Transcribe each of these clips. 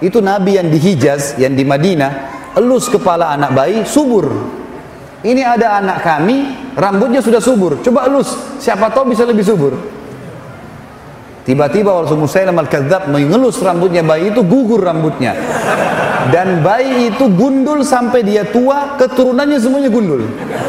itu Nabi yang di Hijaz, yang di Madinah, elus kepala anak bayi, subur. Ini ada anak kami, rambutnya sudah subur, coba elus, siapa tahu bisa lebih subur. Tiba-tiba waktu Musailam al-Kadzdzab mengelus rambutnya bayi itu, gugur rambutnya. Dan bayi itu gundul sampai dia tua, keturunannya semuanya gundul.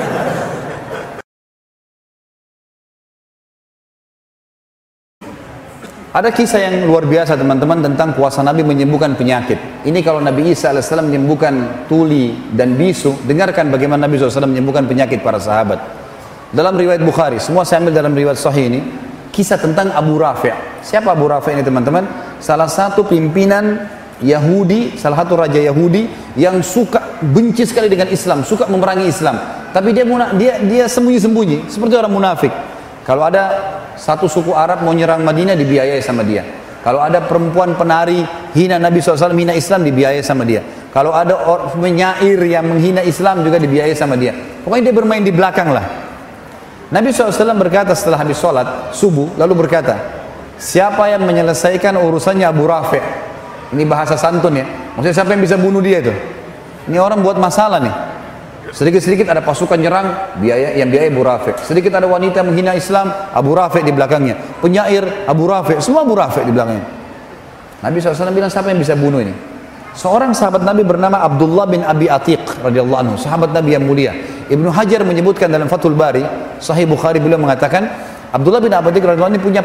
Ada kisah yang luar biasa teman-teman tentang kuasa Nabi menyembuhkan penyakit. Ini kalau Nabi Isa AS menyembuhkan tuli dan bisu, dengarkan bagaimana Nabi SAW menyembuhkan penyakit para sahabat. Dalam riwayat Bukhari, semua saya ambil dalam riwayat Sahih ini, kisah tentang Abu Rafi'. Siapa Abu Rafi' ini teman-teman? Salah satu pimpinan Yahudi, salah satu raja Yahudi yang suka benci sekali dengan Islam, suka memerangi Islam. Tapi dia sembunyi-sembunyi, seperti orang munafik. Kalau ada satu suku Arab mau nyerang Madinah, dibiayai sama dia. Kalau ada perempuan penari hina Nabi SAW, hina Islam, dibiayai sama dia. Kalau ada penyair yang menghina Islam juga dibiayai sama dia. Pokoknya dia bermain di belakang lah. Nabi SAW berkata setelah habis sholat subuh, lalu berkata, siapa yang menyelesaikan urusannya Abu Rafi'? Ini bahasa santun ya. Maksudnya siapa yang bisa bunuh dia itu? Ini orang buat masalah nih. Sedikit-sedikit ada pasukan nyerang, yang biaya Abu Rafi'. Sedikit ada wanita menghina Islam, Abu Rafi' di belakangnya. Penyair, Abu Rafi', semua Abu Rafi' di belakangnya. Nabi SAW bilang, siapa yang bisa bunuh ini? Seorang sahabat Nabi bernama Abdullah bin Abi Atiq radhiyallahu anhu, sahabat Nabi yang mulia. Ibnu Hajar menyebutkan dalam Fathul Bari, Sahih Bukhari, beliau mengatakan, Abdullah bin Abi Atiq radhiyallahu anhu ini punya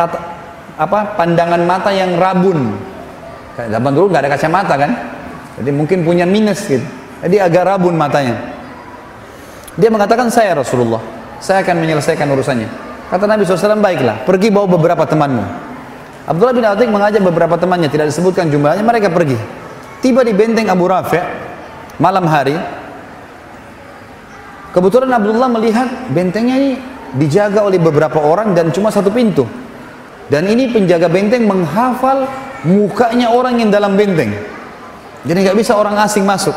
pandangan mata yang rabun. Zaman dulu nggak ada kacamata kan, jadi mungkin punya minus gitu. Jadi agak rabun matanya. Dia mengatakan, saya Rasulullah, saya akan menyelesaikan urusannya. Kata Nabi SAW, baiklah, pergi bawa beberapa temanmu. Abdullah bin Atiq mengajak beberapa temannya, tidak disebutkan jumlahnya, mereka pergi. Tiba di benteng Abu Rafi' malam hari. Kebetulan Abdullah melihat bentengnya ini dijaga oleh beberapa orang dan cuma satu pintu. Dan ini penjaga benteng menghafal mukanya orang yang dalam benteng. Jadi nggak bisa orang asing masuk.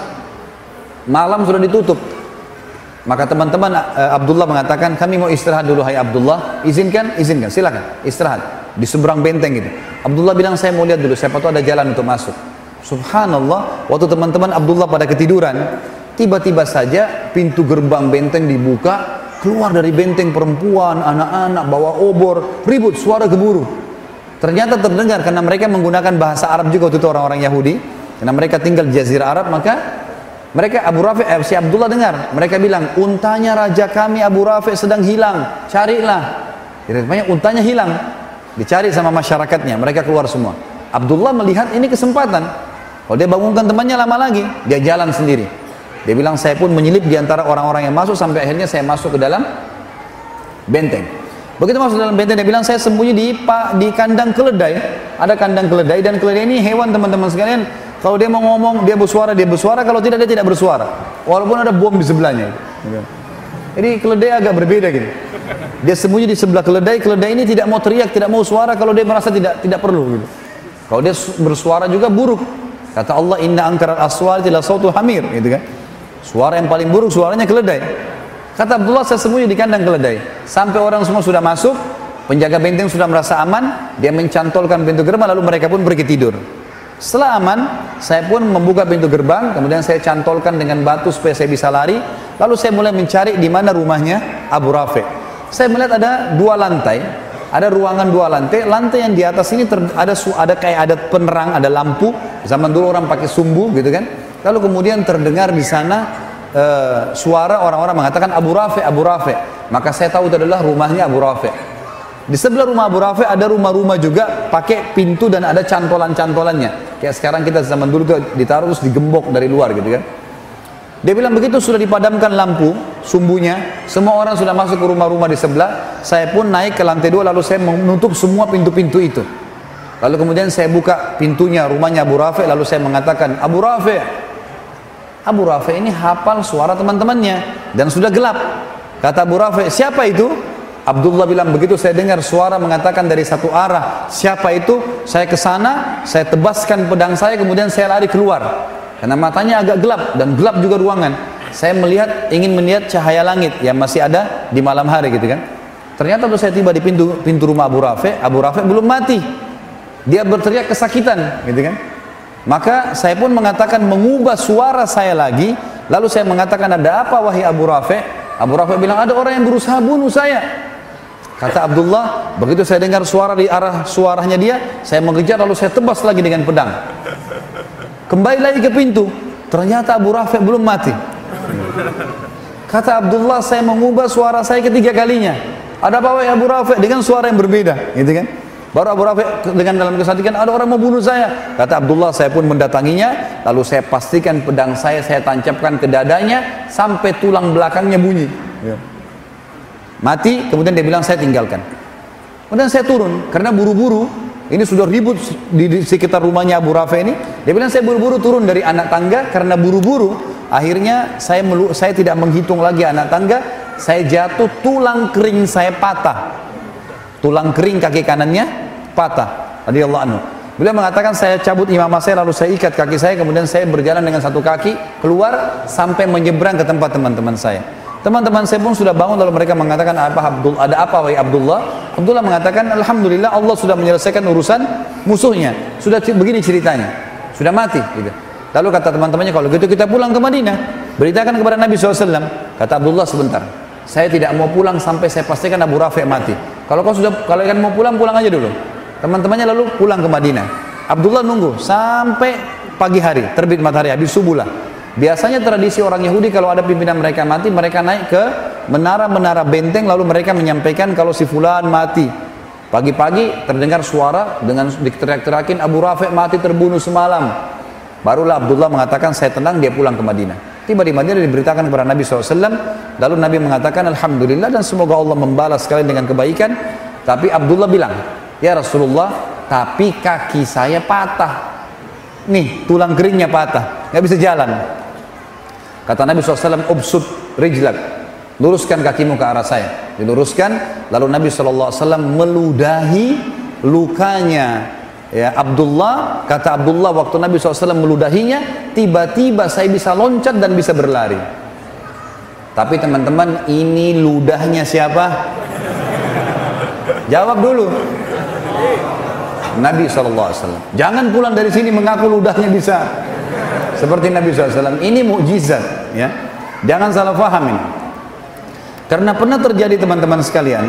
Malam sudah ditutup. Maka teman-teman Abdullah mengatakan, kami mau istirahat dulu, hai Abdullah. Izinkan? Izinkan, silakan istirahat di seberang benteng gitu. Abdullah bilang, saya mau lihat dulu, siapa tahu ada jalan untuk masuk. Subhanallah, waktu teman-teman Abdullah pada ketiduran, tiba-tiba saja pintu gerbang benteng dibuka, keluar dari benteng perempuan, anak-anak bawa obor, ribut, suara gemuruh. Ternyata terdengar karena mereka menggunakan bahasa Arab juga waktu itu orang-orang Yahudi, karena mereka tinggal di Jazirah Arab, maka mereka Abu Rafi', si Abdullah dengar, mereka bilang, untanya raja kami Abu Rafi' sedang hilang, carilah. Jadi rupanya untanya hilang, dicari sama masyarakatnya, mereka keluar semua. Abdullah melihat ini kesempatan, kalau dia bangunkan temannya lama lagi, dia jalan sendiri. Dia bilang, saya pun menyelip di antara orang-orang yang masuk, sampai akhirnya saya masuk ke dalam benteng. Begitu masuk dalam benteng, dia bilang, saya sembunyi di kandang keledai. Ada kandang keledai, dan keledai ini hewan teman-teman sekalian. Kalau dia mau ngomong, dia bersuara, kalau tidak, dia tidak bersuara. Walaupun ada bom di sebelahnya. Jadi keledai agak berbeda gitu. Dia sembunyi di sebelah keledai ini tidak mau teriak, tidak mau suara kalau dia merasa tidak perlu gitu. Kalau dia bersuara juga buruk. Kata Allah, inna angkaral aswati la sautul hamir, gitu kan. Suara yang paling buruk suaranya keledai. Kata Abdullah, saya sembunyi di kandang keledai. Sampai orang semua sudah masuk, penjaga benteng sudah merasa aman, dia mencantolkan pintu gerbang, lalu mereka pun pergi tidur. Setelah aman, saya pun membuka pintu gerbang, kemudian saya cantolkan dengan batu supaya saya bisa lari. Lalu saya mulai mencari di mana rumahnya Abu Rafi'. Saya melihat ada 2 lantai, ada ruangan 2 lantai. Lantai yang di atas ini ada kayak ada penerang, ada lampu. Zaman dulu orang pakai sumbu, gitu kan. Lalu kemudian terdengar di sana suara orang-orang mengatakan Abu Rafi', Abu Rafi'. Maka saya tahu itu adalah rumahnya Abu Rafi'. Di sebelah rumah Abu Rafi' ada rumah-rumah juga pakai pintu dan ada cantolan-cantolannya. Kayak sekarang kita zaman dulu tuh ditaruh terus digembok dari luar gitu kan. Dia bilang begitu sudah dipadamkan lampu sumbunya, semua orang sudah masuk ke rumah-rumah di sebelah. Saya pun naik ke lantai 2 lalu saya menutup semua pintu-pintu itu. Lalu kemudian saya buka pintunya rumahnya Abu Rafi', lalu saya mengatakan, Abu Rafi'. Abu Rafi' ini hafal suara teman-temannya dan sudah gelap. Kata Abu Rafi', siapa itu? Abdullah bilang, begitu saya dengar suara mengatakan dari satu arah, siapa itu? Saya ke sana, saya tebaskan pedang saya, kemudian saya lari keluar. Karena matanya agak gelap dan gelap juga ruangan. Saya ingin melihat cahaya langit yang masih ada di malam hari gitu kan. Ternyata waktu saya tiba di pintu rumah Abu Rafi' belum mati. Dia berteriak kesakitan gitu kan. Maka saya pun mengatakan mengubah suara saya lagi. Lalu saya mengatakan, ada apa wahai Abu Rafi'? Abu Rafi' bilang, ada orang yang berusaha bunuh saya. Kata Abdullah, begitu saya dengar suara di arah suaranya dia, saya mengejar lalu saya tebas lagi dengan pedang. Kembali lagi ke pintu, ternyata Abu Rafi' belum mati. Kata Abdullah, saya mengubah suara saya ketiga kalinya. Ada apa wahai Abu Rafi'? Dengan suara yang berbeda, gitu kan? Baru Abu Rafi' dengan dalam kesadikan, ada orang mau bunuh saya. Kata Abdullah, saya pun mendatanginya, lalu saya pastikan pedang saya tancapkan ke dadanya sampai tulang belakangnya bunyi. Ya. Mati, kemudian dia bilang saya tinggalkan. Kemudian saya turun, karena buru-buru, ini sudah ribut di sekitar rumahnya Abu Rafi' ini. Dia bilang saya buru-buru turun dari anak tangga, karena buru-buru, akhirnya saya tidak menghitung lagi anak tangga, saya jatuh, tulang kering saya patah. Tulang kering kaki kanannya patah. Radhiyallahu anhu. Beliau mengatakan saya cabut imamah saya lalu saya ikat kaki saya, kemudian saya berjalan dengan satu kaki keluar sampai menyeberang ke tempat teman-teman saya. Teman-teman saya pun sudah bangun lalu mereka mengatakan, ada apa wahai Abdullah? Abdullah mengatakan, alhamdulillah Allah sudah menyelesaikan urusan musuhnya. Sudah begini ceritanya. Sudah mati gitu. Lalu kata teman-temannya, kalau gitu kita pulang ke Madinah. Beritakan kepada Nabi SAW. Kata Abdullah, sebentar. Saya tidak mau pulang sampai saya pastikan Abu Rafi' mati. Kalau kalian mau pulang aja dulu. Teman-temannya lalu pulang ke Madinah. Abdullah nunggu sampai pagi hari, terbit matahari, habis subuh lah. Biasanya tradisi orang Yahudi kalau ada pimpinan mereka mati, mereka naik ke menara-menara benteng lalu mereka menyampaikan kalau si fulan mati. Pagi-pagi terdengar suara dengan diteriak-teriakin, Abu Rafi' mati terbunuh semalam. Barulah Abdullah mengatakan saya tenang, dia pulang ke Madinah. Tiba di Madinah diberitakan kepada Nabi SAW. Lalu Nabi mengatakan alhamdulillah dan semoga Allah membalas kalian dengan kebaikan. Tapi Abdullah bilang, ya Rasulullah, tapi kaki saya patah. Nih tulang keringnya patah, nggak bisa jalan. Kata Nabi SAW, ubsud rijlak, luruskan kakimu ke arah saya. Diluruskan, lalu Nabi SAW meludahi lukanya ya Abdullah. Kata Abdullah, waktu Nabi SAW meludahinya, tiba-tiba saya bisa loncat dan bisa berlari. Tapi teman-teman, ini ludahnya siapa? Jawab dulu. Nabi SAW. Jangan pulang dari sini mengaku ludahnya bisa seperti Nabi SAW. Ini mukjizat ya. Jangan salah faham ini. Karena pernah terjadi teman-teman sekalian,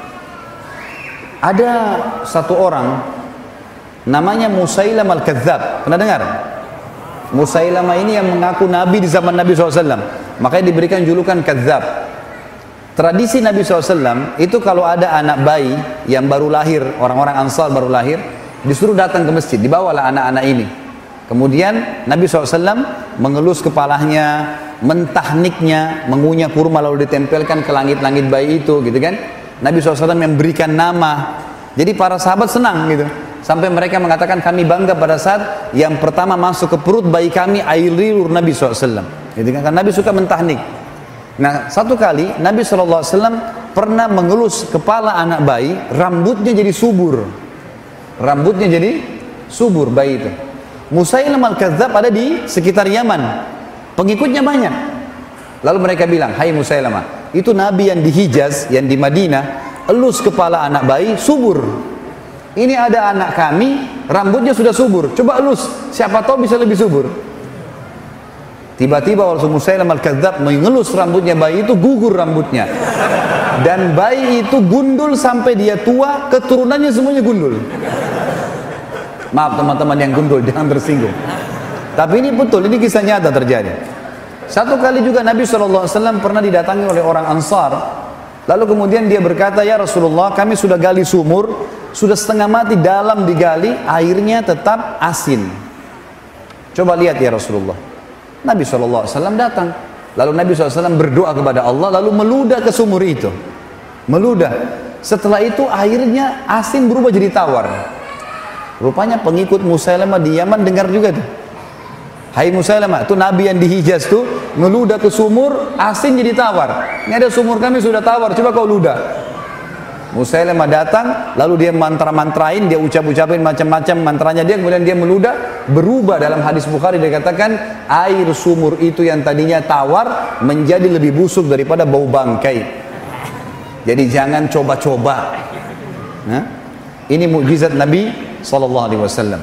ada satu orang namanya Musailamah al-Kadzab. Pernah dengar? Musailamah ini yang mengaku Nabi di zaman Nabi SAW. Makanya diberikan julukan Kadzab. Tradisi Nabi SAW itu kalau ada anak bayi yang baru lahir, orang-orang Ansar baru lahir, disuruh datang ke masjid, dibawalah anak-anak ini. Kemudian Nabi SAW mengelus kepalanya, mentahniknya, mengunyah kurma lalu ditempelkan ke langit-langit bayi itu, gitu kan? Nabi SAW memberikan nama. Jadi para sahabat senang gitu. Sampai mereka mengatakan kami bangga pada saat yang pertama masuk ke perut bayi kami air liur Nabi SAW. Gitu kan? Karena Nabi suka mentahnik. Nah satu kali Nabi SAW pernah mengelus kepala anak bayi, rambutnya jadi subur. Rambutnya jadi subur bayi itu. Musailamah al-Kadzab ada di sekitar Yaman. Pengikutnya banyak. Lalu mereka bilang, hai Musailamah, itu Nabi yang di Hijaz, yang di Madinah, elus kepala anak bayi subur. Ini ada anak kami, rambutnya sudah subur. Coba elus, siapa tahu bisa lebih subur. Tiba-tiba waktu Musailamah al-Kadzab mengelus rambutnya bayi itu, gugur rambutnya. Dan bayi itu gundul sampai dia tua, keturunannya semuanya gundul. Maaf teman-teman yang gundul, jangan tersinggung. Tapi ini betul, ini kisah nyata terjadi. Satu kali juga Nabi SAW pernah didatangi oleh orang Ansar. Lalu kemudian dia berkata, ya Rasulullah, kami sudah gali sumur, sudah setengah mati, dalam digali, airnya tetap asin. Coba lihat ya Rasulullah. Nabi SAW datang. Lalu Nabi SAW berdoa kepada Allah, lalu meludah ke sumur itu. Meludah. Setelah itu airnya asin berubah jadi tawar. Rupanya pengikut Musailamah di Yaman dengar juga tuh. Hai Musailamah, itu Nabi yang di Hijaz tuh meludah ke sumur, asin jadi tawar. Ini ada sumur kami sudah tawar, coba kau ludah. Musailamah datang, lalu dia mantra-mantrain, dia ucap-ucapin macam-macam mantranya dia, kemudian dia meludah, berubah. Dalam hadis Bukhari dikatakan air sumur itu yang tadinya tawar menjadi lebih busuk daripada bau bangkai. Jadi jangan coba-coba. Ini mukjizat Nabi SAW.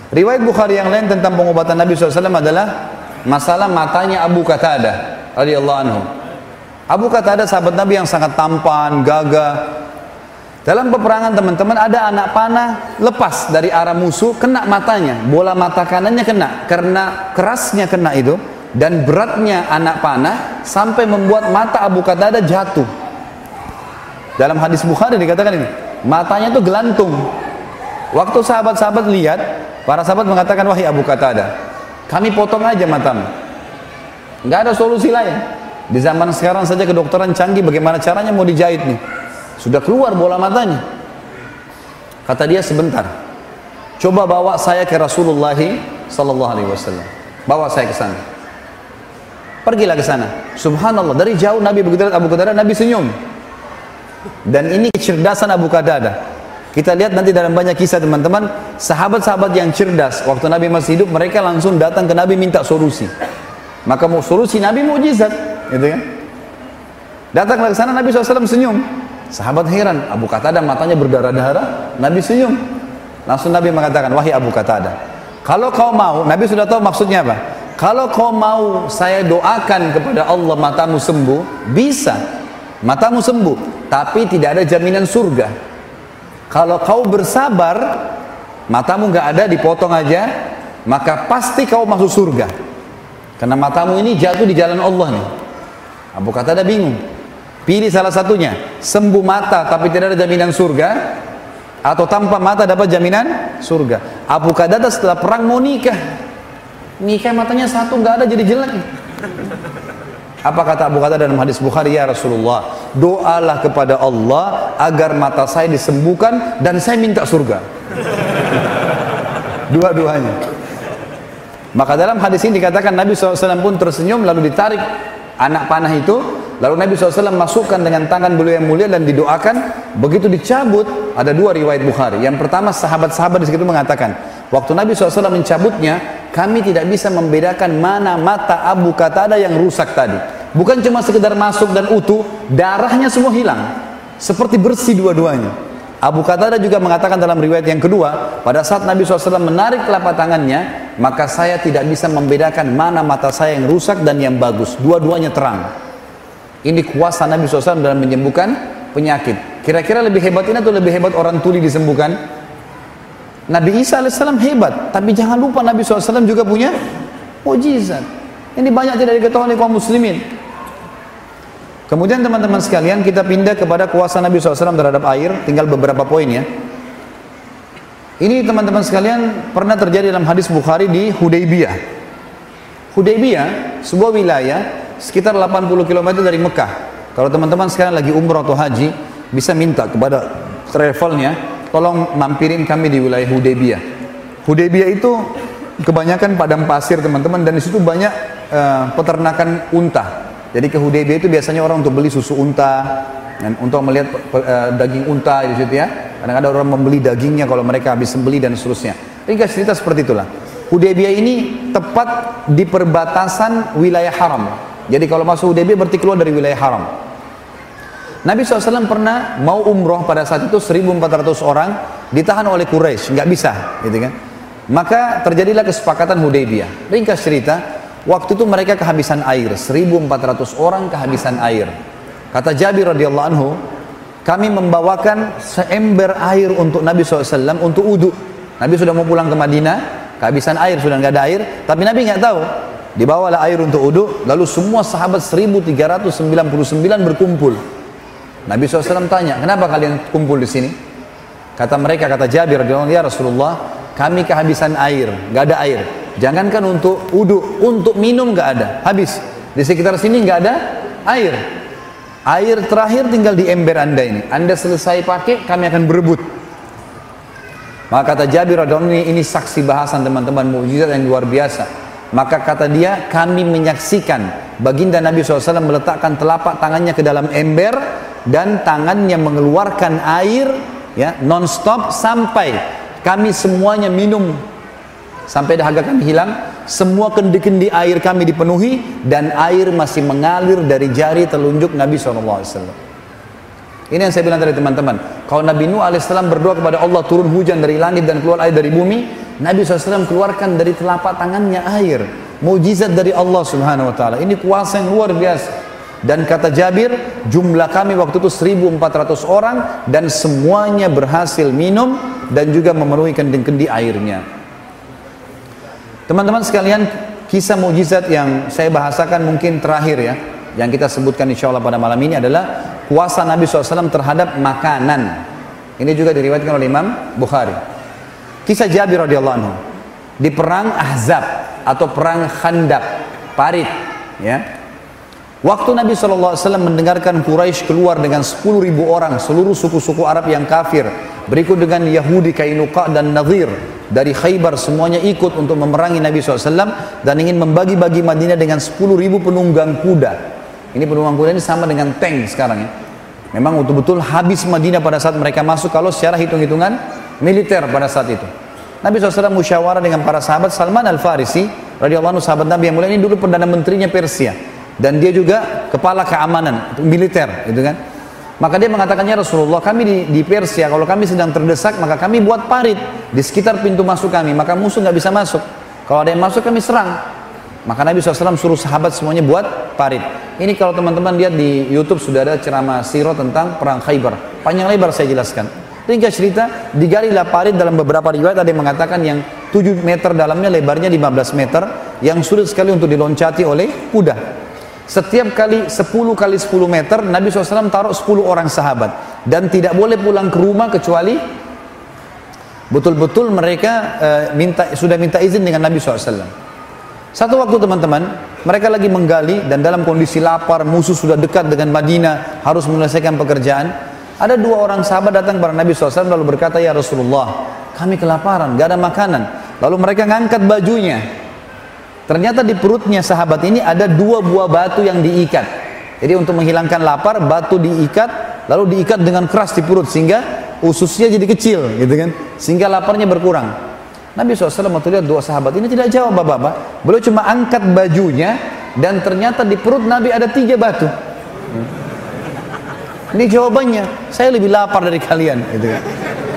Riwayat Bukhari yang lain tentang pengobatan Nabi SAW adalah masalah matanya Abu Qatadah radhiyallahu anhu. Abu Qatadah sahabat Nabi yang sangat tampan, gagah. Dalam peperangan teman-teman ada anak panah lepas dari arah musuh, kena matanya, bola mata kanannya kena. Karena kerasnya kena itu dan beratnya anak panah sampai membuat mata Abu Qatadah jatuh. Dalam hadis Bukhari dikatakan ini, matanya itu gelantung. Waktu sahabat-sahabat lihat, para sahabat mengatakan, wahai Abu Qatadah, kami potong aja matamu. Nggak ada solusi lain. Di zaman sekarang saja kedokteran canggih, bagaimana caranya mau dijahit nih? Sudah keluar bola matanya. Kata dia, sebentar. Coba bawa saya ke Rasulullah sallallahu alaihi wasallam. Bawa saya ke sana. Pergilah ke sana. Subhanallah, dari jauh Nabi begitu lihat Abu Qatadah, Nabi senyum. Dan ini kecerdasan Abu Qatadah. Kita lihat nanti dalam banyak kisah teman-teman, sahabat-sahabat yang cerdas waktu Nabi masih hidup, mereka langsung datang ke Nabi minta solusi. Maka mau solusi Nabi mukjizat, gitu kan? Datanglah ke sana, Nabi SAW senyum. Sahabat heran, Abu Qatadah matanya berdarah-darah, Nabi senyum. Langsung Nabi mengatakan, wahai Abu Qatadah, kalau kau mau, Nabi sudah tahu maksudnya apa. Kalau kau mau saya doakan kepada Allah matamu sembuh, bisa, matamu sembuh, tapi tidak ada jaminan surga. Kalau kau bersabar, matamu nggak ada, dipotong aja, maka pasti kau masuk surga. Karena matamu ini jatuh di jalan Allah nih. Abu Qatadah bingung. Pilih salah satunya, sembuh mata tapi tidak ada jaminan surga, atau tanpa mata dapat jaminan surga. Abu Qatadah setelah perang mau nikah. Nikah matanya satu nggak ada, jadi jelek. Apa kata Abu Qatadah dalam hadis Bukhari? Ya Rasulullah, doalah kepada Allah agar mata saya disembuhkan dan saya minta surga. Dua-duanya. Maka dalam hadis ini dikatakan Nabi SAW pun tersenyum lalu ditarik anak panah itu, lalu Nabi SAW masukkan dengan tangan beliau yang mulia dan didoakan. Begitu dicabut, ada dua riwayat Bukhari. Yang pertama, sahabat-sahabat di situ mengatakan, waktu Nabi SAW mencabutnya, kami tidak bisa membedakan mana mata Abu Qatadah yang rusak tadi. Bukan cuma sekedar masuk dan utuh, darahnya semua hilang. Seperti bersih dua-duanya. Abu Qatadah juga mengatakan dalam riwayat yang kedua, pada saat Nabi SAW menarik telapak tangannya, maka saya tidak bisa membedakan mana mata saya yang rusak dan yang bagus. Dua-duanya terang. Ini kuasa Nabi SAW dalam menyembuhkan penyakit. Kira-kira lebih hebat ini atau lebih hebat orang tuli disembuhkan? Nabi Isa AS hebat, tapi jangan lupa Nabi SAW juga punya mukjizat. Ini banyak tidak diketahui oleh kaum muslimin. Kemudian teman-teman sekalian, kita pindah kepada kuasa Nabi SAW terhadap air. Tinggal beberapa poin ya. Ini teman-teman sekalian pernah terjadi dalam hadis Bukhari di Hudaybiyah. Hudaybiyah, sebuah wilayah sekitar 80 km dari Mekah. Kalau teman-teman sekarang lagi umrah atau haji, bisa minta kepada travelnya, tolong mampirin kami di wilayah Hudaybiyah. Hudaybiyah itu kebanyakan padang pasir teman-teman, dan di situ banyak peternakan unta. Jadi ke Hudaybiyah itu biasanya orang untuk beli susu unta dan untuk melihat daging unta di situ ya. Kadang-kadang orang membeli dagingnya kalau mereka habis sembelih dan seterusnya. Ringkas cerita seperti itulah. Hudaybiyah ini tepat di perbatasan wilayah haram. Jadi kalau masuk Hudaybiyah berarti keluar dari wilayah haram. Nabi SAW pernah mau umroh pada saat itu 1.400 orang ditahan oleh Quraisy, nggak bisa, gitu kan? Maka terjadilah kesepakatan Hudaybiyah. Ringkas cerita, waktu itu mereka kehabisan air, 1.400 orang kehabisan air. Kata Jabir radhiyallahu anhu, kami membawakan seember air untuk Nabi SAW untuk wudu. Nabi sudah mau pulang ke Madinah, kehabisan air, sudah nggak ada air, tapi Nabi nggak tahu. Dibawalah air untuk wudu, lalu semua sahabat 1.399 berkumpul. Nabi SAW tanya, kenapa kalian kumpul di sini? Kata mereka, kata Jabir radhiyallahu anhu, ya Rasulullah, kami kehabisan air, nggak ada air. Jangankan untuk wudu, untuk minum nggak ada, habis. Di sekitar sini nggak ada air. Air terakhir tinggal di ember anda ini. Anda selesai pakai, kami akan berebut. Maka kata Jabir radhiyallahu anhu, ini saksi bahasan teman-teman, mukjizat yang luar biasa. Maka kata dia, kami menyaksikan baginda Nabi SAW meletakkan telapak tangannya ke dalam ember dan tangannya mengeluarkan air ya non-stop sampai kami semuanya minum, sampai dahaga kami hilang, semua kendi-kendi air kami dipenuhi dan air masih mengalir dari jari telunjuk Nabi SAW. Ini yang saya bilang tadi teman-teman, kalau Nabi Nuh AS berdoa kepada Allah turun hujan dari langit dan keluar air dari bumi, Nabi SAW keluarkan dari telapak tangannya air. Mukjizat dari Allah Subhanahu wa taala. Ini kuasa yang luar biasa. Dan kata Jabir, jumlah kami waktu itu 1.400 orang dan semuanya berhasil minum dan juga memenuhi kendi-kendi airnya. Teman-teman sekalian, kisah mukjizat yang saya bahasakan mungkin terakhir ya, yang kita sebutkan insya Allah pada malam ini adalah kuasa Nabi SAW terhadap makanan. Ini juga diriwayatkan oleh Imam Bukhari. Kisah Jabir radhiyallahu anhu di perang Ahzab atau perang Khandaq, Parit, ya. Waktu Nabi SAW mendengarkan Quraisy keluar dengan 10.000 orang, seluruh suku-suku Arab yang kafir, berikut dengan Yahudi, Kainuqa dan Nadhir dari Khaybar, semuanya ikut untuk memerangi Nabi SAW dan ingin membagi-bagi Madinah dengan 10.000 penunggang kuda. Ini penunggang kuda ini sama dengan tank sekarang ya. Memang betul-betul habis Madinah pada saat mereka masuk kalau secara hitung-hitungan militer pada saat itu. Nabi SAW musyawarah dengan para sahabat. Salman Al-Farisi radhiyallahu anhu, sahabat Nabi yang mulia ini dulu Perdana Menterinya Persia. Dan dia juga kepala keamanan militer, gitu kan? Maka dia mengatakannya, Rasulullah, kami di Persia, kalau kami sedang terdesak, maka kami buat parit di sekitar pintu masuk kami, maka musuh nggak bisa masuk. Kalau ada yang masuk, kami serang. Maka Nabi SAW suruh sahabat semuanya buat parit. Ini kalau teman-teman lihat di YouTube sudah ada ceramah sirah tentang perang Khaybar. Panjang lebar saya jelaskan. Ringkas cerita, digalilah parit dalam beberapa riwayat ada yang mengatakan yang 7 meter dalamnya, lebarnya 15 meter, yang sulit sekali untuk diloncati oleh kuda. Setiap kali 10 kali 10 meter Nabi SAW taruh 10 orang sahabat dan tidak boleh pulang ke rumah kecuali betul-betul mereka sudah minta izin dengan Nabi SAW. Satu waktu teman-teman mereka lagi menggali dan dalam kondisi lapar, musuh sudah dekat dengan Madinah, harus menyelesaikan pekerjaan. Ada 2 orang sahabat datang kepada Nabi SAW lalu berkata, ya Rasulullah, kami kelaparan, gak ada makanan. Lalu mereka ngangkat bajunya. Ternyata di perutnya sahabat ini ada 2 buah batu yang diikat. Jadi untuk menghilangkan lapar, batu diikat, lalu diikat dengan keras di perut sehingga ususnya jadi kecil, gitu kan? Sehingga laparnya berkurang. Nabi SAW waktu lihat 2 sahabat ini tidak jawab apa-apa. Beliau cuma angkat bajunya dan ternyata di perut Nabi ada 3 batu. Ini jawabannya, saya lebih lapar dari kalian, gitu kan?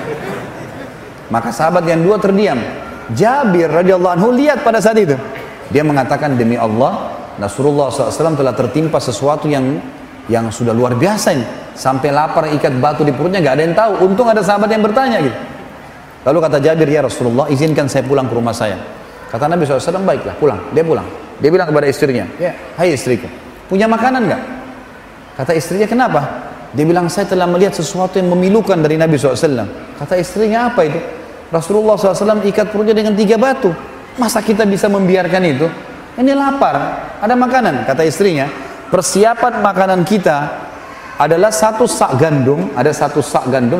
Maka sahabat yang 2 terdiam. Jabir radhiyallahu anhu lihat pada saat itu. Dia mengatakan, demi Allah, Rasulullah SAW telah tertimpa sesuatu yang sudah luar biasa ini. Sampai lapar ikat batu di perutnya, gak ada yang tahu. Untung ada sahabat yang bertanya gitu. Lalu kata Jabir, ya Rasulullah, izinkan saya pulang ke rumah saya. Kata Nabi SAW, baiklah pulang. Dia pulang. Dia bilang kepada istrinya, ya, hai istriku, punya makanan gak? Kata istrinya, kenapa? Dia bilang, saya telah melihat sesuatu yang memilukan dari Nabi SAW. Kata istrinya, apa itu? Rasulullah SAW ikat perutnya dengan 3 batu. Masa kita bisa membiarkan itu? Ini lapar, ada makanan. Kata istrinya, persiapan makanan kita adalah 1 sak gandum, ada 1 sak gandum,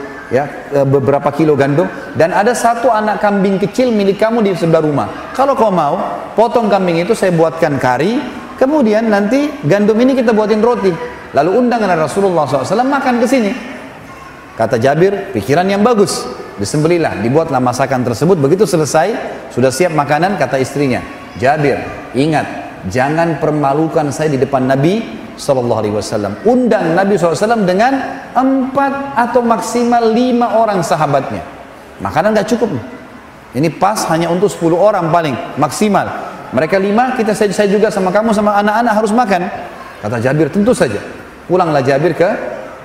beberapa kilo gandum, dan ada 1 anak kambing kecil milik kamu di sebelah rumah. Kalau kau mau, potong kambing itu saya buatkan kari, kemudian nanti gandum ini kita buatin roti. Lalu undanglah Rasulullah SAW makan ke sini. Kata Jabir, pikiran yang bagus. Disembelilah, dibuatlah masakan tersebut. Begitu selesai, sudah siap makanan, kata istrinya, Jabir, ingat, jangan permalukan saya di depan Nabi SAW. Undang Nabi SAW dengan 4 atau maksimal 5 orang sahabatnya. Makanan gak cukup. Ini pas hanya untuk 10 orang paling maksimal. Mereka 5, saya juga sama kamu sama anak-anak harus makan. Kata Jabir, tentu saja. Pulanglah Jabir ke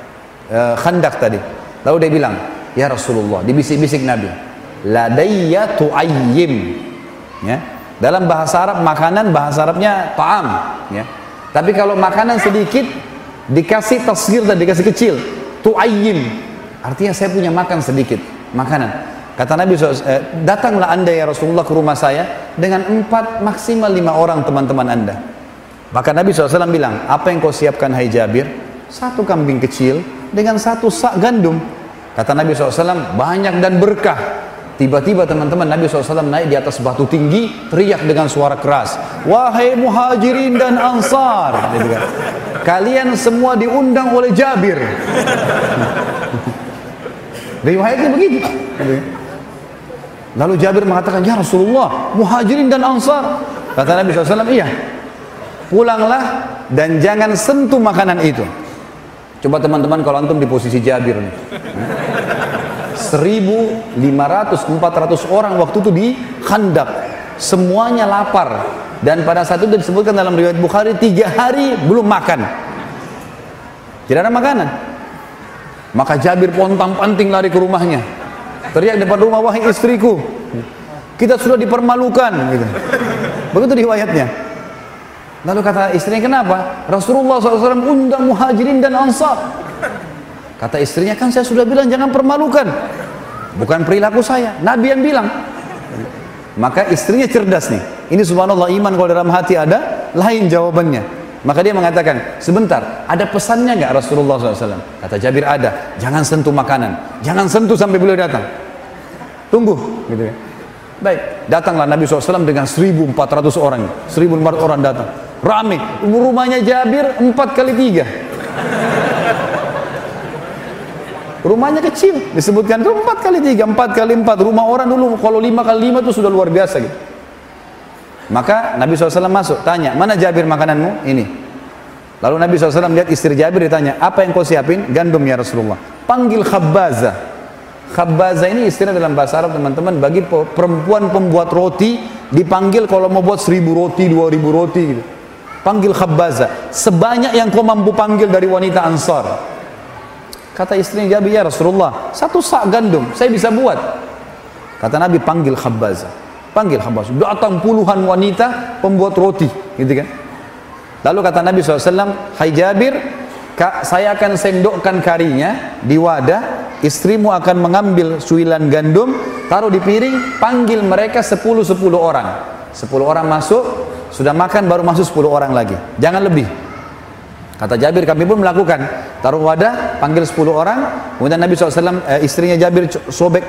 Khandaq tadi. Lalu dia bilang, ya Rasulullah, dibisik-bisik Nabi, ladayya tu'ayyim, ya. Dalam bahasa Arab makanan, bahasa Arabnya ta'am, ya. Tapi kalau makanan sedikit dikasih tasghir dan dikasih kecil, tu'ayyim, artinya saya punya makan sedikit makanan. Kata Nabi SAW, datanglah anda ya Rasulullah ke rumah saya dengan 4 maksimal 5 orang teman-teman anda. Maka Nabi SAW bilang, apa yang kau siapkan hai Jabir? 1 kambing kecil dengan 1 sak gandum. Kata Nabi SAW, banyak dan berkah. Tiba-tiba teman-teman, Nabi SAW naik di atas batu tinggi, teriak dengan suara keras, wahai muhajirin dan ansar, kalian semua diundang oleh Jabir. Riwayatnya begitu. Lalu Jabir mengatakan, ya Rasulullah, muhajirin dan ansar. Kata Nabi SAW, iya, pulanglah dan jangan sentuh makanan itu. Coba teman-teman kalau antum di posisi Jabir nih, 1.500-400 orang waktu itu di Khandak, semuanya lapar, dan pada saat itu disebutkan dalam riwayat Bukhari 3 hari belum makan, tidak ada makanan. Maka Jabir pontang-panting lari ke rumahnya, teriak depan rumah, wahai istriku, kita sudah dipermalukan gitu. Begitu riwayatnya. Lalu kata istrinya, kenapa? Rasulullah SAW undang muhajirin dan ansar. Kata istrinya, kan saya sudah bilang jangan permalukan, bukan perilaku saya, Nabi yang bilang. Maka istrinya cerdas nih. Ini subhanallah, iman kalau dalam hati ada, lain jawabannya. Maka dia mengatakan, sebentar, ada pesannya nggak Rasulullah SAW? Kata Jabir, ada. Jangan sentuh makanan, jangan sentuh sampai beliau datang. Tunggu, gitu ya. Baik, datanglah Nabi SAW dengan 1.400 orang. 1.400 orang datang, rame. Rumahnya Jabir 4 kali 3. Rumahnya kecil, disebutkan itu 4 kali 3, 4 kali 4. Rumah orang dulu kalau 5 kali 5 itu sudah luar biasa gitu. Maka Nabi SAW masuk, tanya, mana Jabir makananmu? Ini. Lalu Nabi SAW lihat istri Jabir, ditanya, apa yang kau siapin? Gandum ya Rasulullah. Panggil Khabbaza. Khabbaza ini istilah dalam bahasa Arab teman-teman, bagi perempuan pembuat roti, dipanggil kalau mau buat 1.000 roti, 2.000 roti gitu. Panggil Khabbaza, sebanyak yang kau mampu panggil dari wanita Ansar. Kata istrinya Jabir, ya Rasulullah, 1 sak gandum saya bisa buat. Kata Nabi, panggil Khabbaza. Panggil Khabbaza. Datang puluhan wanita pembuat roti, gitu kan. Lalu kata Nabi SAW, hai Jabir, saya akan sendokkan karinya di wadah, istrimu akan mengambil suilan gandum, taruh di piring, panggil mereka 10 orang. 10 orang masuk, sudah makan baru masuk 10 orang lagi, jangan lebih. Kata Jabir, kami pun melakukan, taruh wadah, panggil 10 orang, kemudian Nabi SAW, istrinya Jabir sobek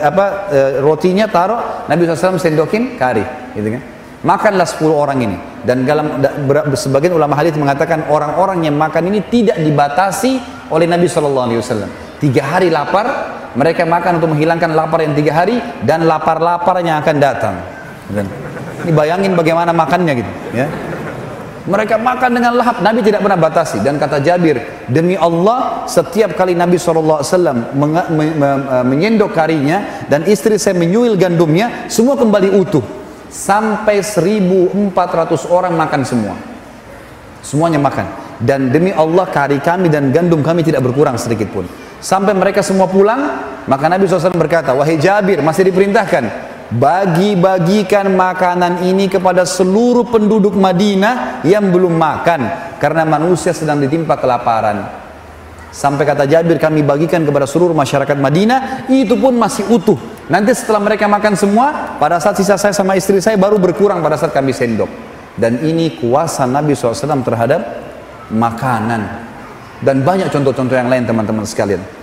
rotinya, taruh, Nabi SAW sendokin kari, gitu kan. Makanlah 10 orang ini. Dan dalam sebagian ulama hadis mengatakan orang-orang yang makan ini tidak dibatasi oleh Nabi SAW. 3 hari lapar, mereka makan untuk menghilangkan lapar yang 3 hari, dan lapar-lapar yang akan datang. Dan ini bayangin bagaimana makannya gitu, ya. Mereka makan dengan lahap, Nabi tidak pernah batasi. Dan kata Jabir, demi Allah, setiap kali Nabi SAW menyendok karinya dan istri saya menyuil gandumnya, semua kembali utuh. Sampai 1.400 orang makan semua. Semuanya makan. Dan demi Allah, kari kami dan gandum kami tidak berkurang sedikit pun. Sampai mereka semua pulang, maka Nabi SAW berkata, wahai Jabir, masih diperintahkan, bagi-bagikan makanan ini kepada seluruh penduduk Madinah yang belum makan, karena manusia sedang ditimpa kelaparan. Sampai kata Jabir, kami bagikan kepada seluruh masyarakat Madinah, itu pun masih utuh. Nanti setelah mereka makan semua, pada saat sisa saya sama istri saya baru berkurang pada saat kami sendok. Dan ini kuasa Nabi SAW terhadap makanan. Dan banyak contoh-contoh yang lain teman-teman sekalian.